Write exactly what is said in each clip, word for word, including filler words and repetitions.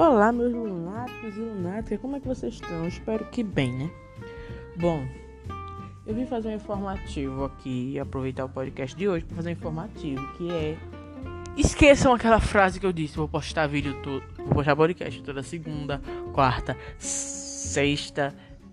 Olá, meus lunáticos e lunáticas, como é que vocês estão? Espero que bem, né? Bom, eu vim fazer um informativo aqui e aproveitar o podcast de hoje para fazer um informativo, que é... Esqueçam aquela frase que eu disse, vou postar vídeo todo, vou postar podcast toda segunda, quarta, sexta...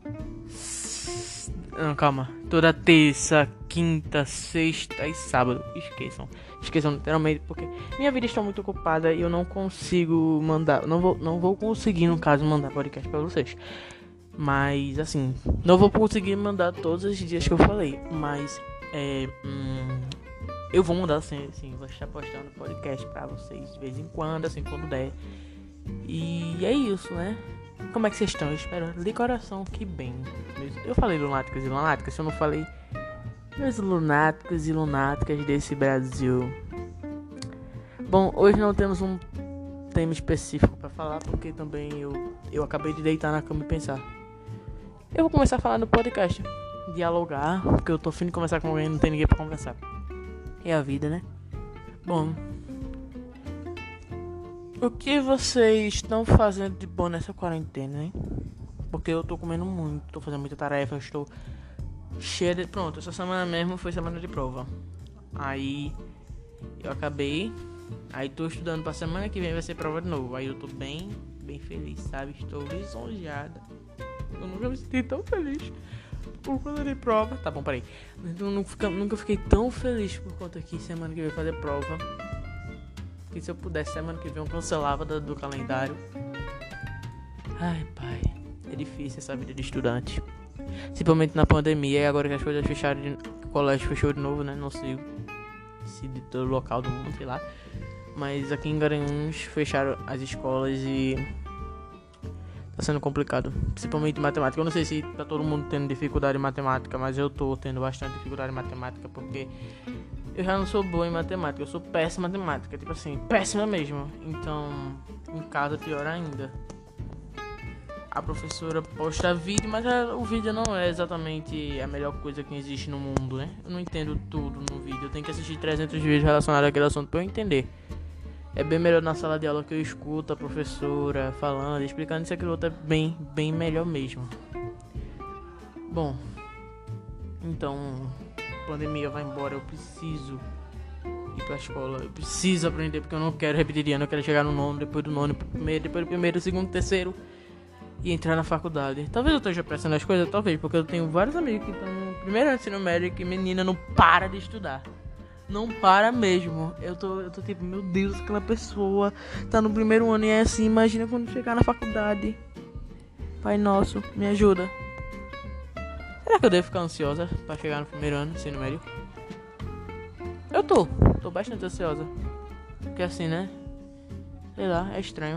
Não, calma, toda terça, quinta, sexta e sábado. Esqueçam, esqueçam literalmente, porque minha vida está muito ocupada e eu não consigo mandar, não vou, não vou conseguir, no caso, mandar podcast pra vocês. Mas, assim, não vou conseguir mandar todos os dias que eu falei, mas, é, hum, eu vou mandar assim, assim, vou estar postando podcast pra vocês de vez em quando, assim, quando der. E é isso, né? Como é que vocês estão? Eu espero de coração que bem. Eu falei lunáticos e lunáticas, se eu não falei, meus lunáticos e lunáticas desse Brasil. Bom, hoje não temos um tema específico pra falar, porque também eu, eu acabei de deitar na cama e pensar. Eu vou começar a falar no podcast, dialogar, porque eu tô afim de conversar com alguém e não tem ninguém pra conversar. É a vida, né? Bom, o que vocês estão fazendo de bom nessa quarentena, hein? Porque eu tô comendo muito, tô fazendo muita tarefa, eu estou cheia de... Pronto, essa semana mesmo foi semana de prova. Aí eu acabei, aí tô estudando pra semana que vem vai ser prova de novo. Aí eu tô bem, bem feliz, sabe? Estou lisonjeada. Eu nunca me senti tão feliz por conta de prova. Tá bom, parei. Eu nunca, nunca fiquei tão feliz por conta que semana que vem fazer prova. Que se eu pudesse, semana que vem eu cancelava do, do calendário. Ai, pai, é difícil essa vida de estudante. Principalmente na pandemia, e agora que as coisas fecharam, de, o colégio fechou de novo, né? Não sei se de todo local do mundo, sei lá. Mas aqui em Garanhuns fecharam as escolas e tá sendo complicado. Principalmente matemática. Eu não sei se tá todo mundo tendo dificuldade em matemática, mas eu tô tendo bastante dificuldade em matemática, porque eu já não sou boa em matemática, eu sou péssima em matemática, tipo assim, péssima mesmo. Então, em casa pior ainda. A professora posta vídeo, mas a, o vídeo não é exatamente a melhor coisa que existe no mundo, né? Eu não entendo tudo no vídeo, eu tenho que assistir trezentos vídeos relacionados àquele assunto pra eu entender. É bem melhor na sala de aula que eu escuto a professora falando, explicando isso e aquilo outro, é bem, bem melhor mesmo. Bom, então... pandemia vai embora, eu preciso ir pra escola, eu preciso aprender, porque eu não quero repetir de ano, eu quero chegar no nono, depois do nono pro primeiro, depois do primeiro, segundo, terceiro e entrar na faculdade. Talvez eu esteja apressando as coisas, talvez, porque eu tenho vários amigos que estão no primeiro ano de ensino médio e que menina não para de estudar, não para mesmo. Eu tô, eu tô tipo, meu Deus, aquela pessoa tá no primeiro ano e é assim, imagina quando chegar na faculdade. Pai nosso, me ajuda. Será que eu devo ficar ansiosa pra chegar no primeiro ano, ensino médio? Eu tô, tô bastante ansiosa. Porque assim, né? Sei lá, é estranho.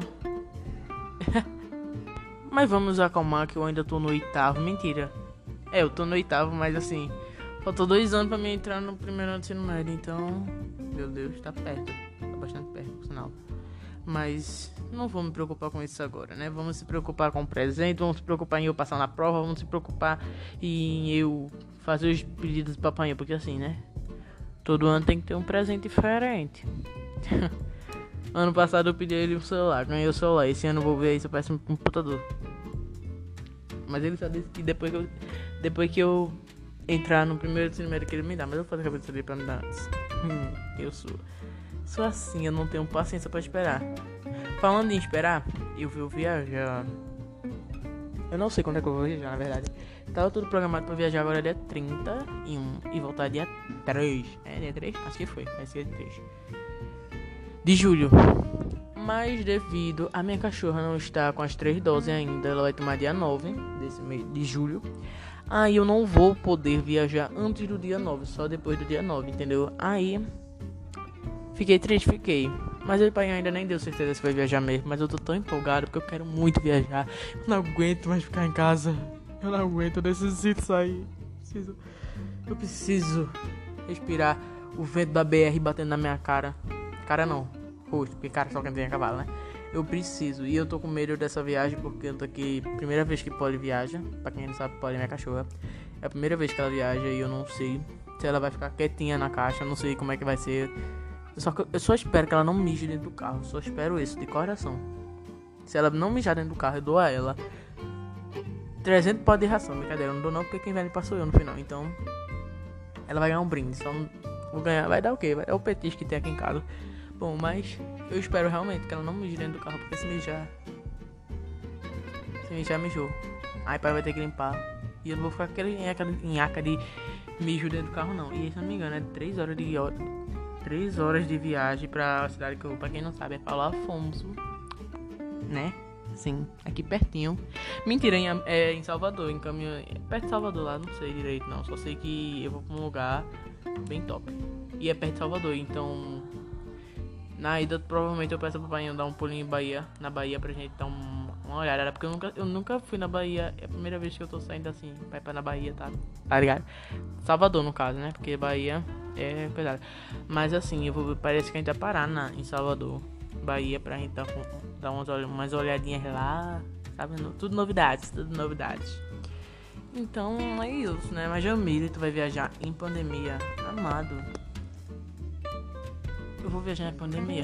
Mas vamos acalmar que eu ainda tô no oitavo. Mentira. É, eu tô no oitavo, mas assim, faltou dois anos pra mim entrar no primeiro ano de ensino médio. Então, meu Deus, tá perto. Tá bastante perto, por sinal. Mas não vou me preocupar com isso agora, né? Vamos se preocupar com o presente, vamos se preocupar em eu passar na prova, vamos se preocupar em eu fazer os pedidos do papai, porque assim, né? Todo ano tem que ter um presente diferente. Ano passado eu pedi a ele um celular, ganhei o celular. Esse ano eu vou ver isso, parece um computador. Mas ele só disse que depois que eu, depois que eu entrar no primeiro ensino médio que ele me dá, mas eu vou fazer a cabeça dele pra me dar antes. Hum, eu sou... Sou assim, eu não tenho paciência pra esperar. Falando em esperar, eu vou viajar. Eu não sei quando é que eu vou viajar, na verdade. Tava tudo programado pra viajar agora dia trinta e um e voltar dia três. É, dia três? Acho que foi, vai ser dia três de julho. Mas devido a minha cachorra não estar com as três doses ainda, ela vai tomar dia nove desse mês de julho. Aí eu não vou poder viajar antes do dia nove, só depois do dia nove, entendeu? Aí... fiquei triste, fiquei. Mas o pai ainda nem deu certeza se vai viajar mesmo. Mas eu tô tão empolgado porque eu quero muito viajar. Eu não aguento mais ficar em casa. Eu não aguento, eu necessito sair. Preciso, eu preciso respirar o vento da B R batendo na minha cara. Cara não, rosto, porque cara só quem tem a cavalo, né? Eu preciso. E eu tô com medo dessa viagem porque eu tô aqui. Primeira vez que Polly viaja. Pra quem não sabe, Polly é minha cachorra. É a primeira vez que ela viaja e eu não sei se ela vai ficar quietinha na caixa. Eu não sei como é que vai ser. Só que eu só espero que ela não mije dentro do carro. Só espero isso, de coração. Se ela não mijar dentro do carro, eu dou a ela trezentos potes de ração. Brincadeira, eu não dou não, porque quem vai limpar sou eu no final. Então, ela vai ganhar um brinde. Só não vou ganhar, vai dar o quê? Vai dar o petisco que tem aqui em casa. Bom, mas eu espero realmente que ela não mije dentro do carro, porque se mijar... Se mijar, mijou. Aí pai vai ter que limpar. E eu não vou ficar aquele nhaca de mijo dentro do carro, não. E se não me engano, é três horas de... três horas de viagem pra cidade que eu... Pra quem não sabe, é Paulo Afonso. Né? Sim, aqui pertinho. Mentira, em, é em Salvador, em caminho... Perto de Salvador lá, não sei direito não. Só sei que eu vou pra um lugar bem top. E é perto de Salvador, então... Na ida, provavelmente eu peço pro pai dar um pulinho em Bahia, na Bahia, pra gente dar um, uma olhada. Porque eu nunca, eu nunca fui na Bahia. É a primeira vez que eu tô saindo assim, pra ir pra na Bahia, tá? Tá ligado? Salvador, no caso, né? Porque Bahia é pesado. Mas assim, eu vou, parece que a gente vai parar na, em Salvador, Bahia, pra gente dar, dar umas, umas olhadinhas lá, sabe? No, tudo novidades, tudo novidades. Então é isso, né? Mas Jamile, tu vai viajar em pandemia, amado. Eu vou viajar em pandemia.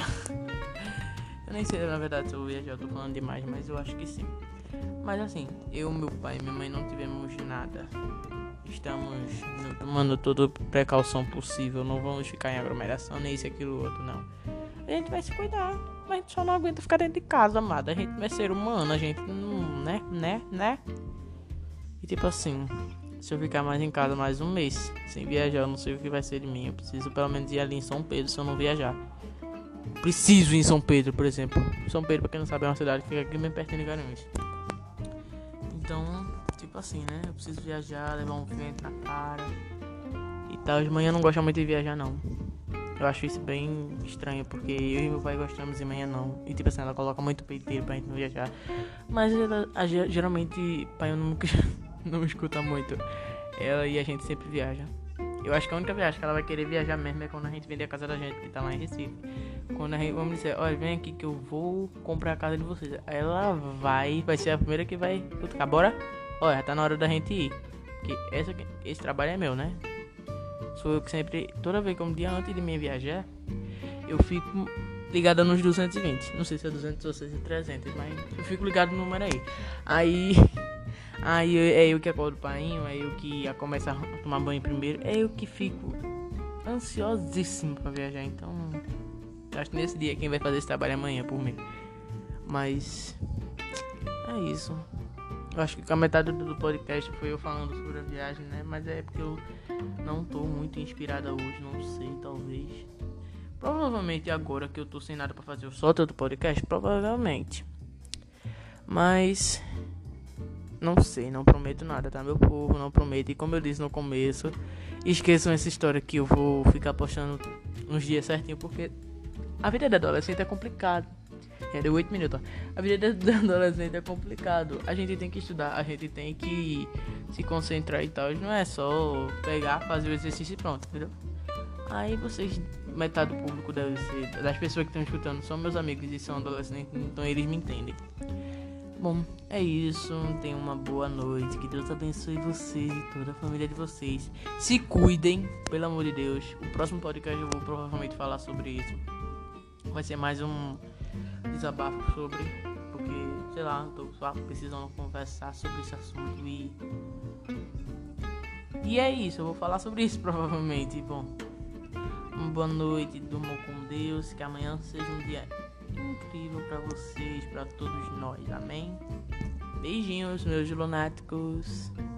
Eu nem sei na verdade se eu vou viajar, eu tô falando demais, mas eu acho que sim. Mas assim, eu, meu pai e minha mãe não tivemos nada. Estamos tomando toda precaução possível. Não vamos ficar em aglomeração, nem isso, aquilo, outro, não. A gente vai se cuidar, mas a gente só não aguenta ficar dentro de casa, amada. A gente é ser humano, a gente não, né, né, né. E tipo assim, se eu ficar mais em casa mais um mês sem viajar, eu não sei o que vai ser de mim. Eu preciso pelo menos ir ali em São Pedro se eu não viajar. Preciso ir em São Pedro, por exemplo. São Pedro, pra quem não sabe, é uma cidade que fica aqui bem pertinho de Garanhuns. Então, tipo assim, né? Eu preciso viajar, levar um vento na cara e tal. De manhã eu não gosto muito de viajar, não. Eu acho isso bem estranho, porque eu e meu pai gostamos de manhã, não. E tipo assim, ela coloca muito peiteiro pra gente não viajar. Mas ela, a, geralmente, pai eu não, não me escuta muito. Ela e a gente sempre viaja. Eu acho que a única viagem que ela vai querer viajar mesmo é quando a gente vender a casa da gente, que tá lá em Recife. Quando a gente, vamos dizer, olha, vem aqui que eu vou comprar a casa de vocês. Aí ela vai, vai ser a primeira que vai ficar, bora? Olha, já tá na hora da gente ir. Porque essa, esse trabalho é meu, né? Sou eu que sempre, toda vez que um dia antes de minha viajar, eu fico ligado nos duzentos e vinte. Não sei se é duzentos ou se é trezentos, mas eu fico ligado no número aí. Aí... Aí é eu que acordo o painho, é eu que começo a tomar banho primeiro, é eu que fico ansiosíssimo pra viajar. Então, acho que nesse dia quem vai fazer esse trabalho é amanhã por mim. Mas é isso. Eu acho que a metade do podcast foi eu falando sobre a viagem, né? Mas é porque eu não tô muito inspirada hoje, não sei, talvez. Provavelmente agora que eu tô sem nada pra fazer, eu solto outro podcast, provavelmente. Mas... não sei, não prometo nada, tá, meu povo? Não prometo. E como eu disse no começo, esqueçam essa história que eu vou ficar postando uns dias certinho, porque a vida da adolescente é complicado. É, deu oito minutos. Ó. A vida da adolescente é complicado. A gente tem que estudar, a gente tem que se concentrar e tal. Não é só pegar, fazer o exercício e pronto, entendeu? Aí vocês, metade do público deve ser, das pessoas que estão escutando, são meus amigos e são adolescentes, então eles me entendem. Bom, é isso, tenham uma boa noite, que Deus abençoe vocês e toda a família de vocês. Se cuidem, pelo amor de Deus. O próximo podcast eu vou provavelmente falar sobre isso. Vai ser mais um desabafo sobre, porque, sei lá, tô só precisando conversar sobre esse assunto e... E é isso, eu vou falar sobre isso provavelmente. Bom, uma boa noite, durmam com Deus, que amanhã seja um dia incrível pra vocês, pra todos nós, amém? Beijinhos, meus lunáticos.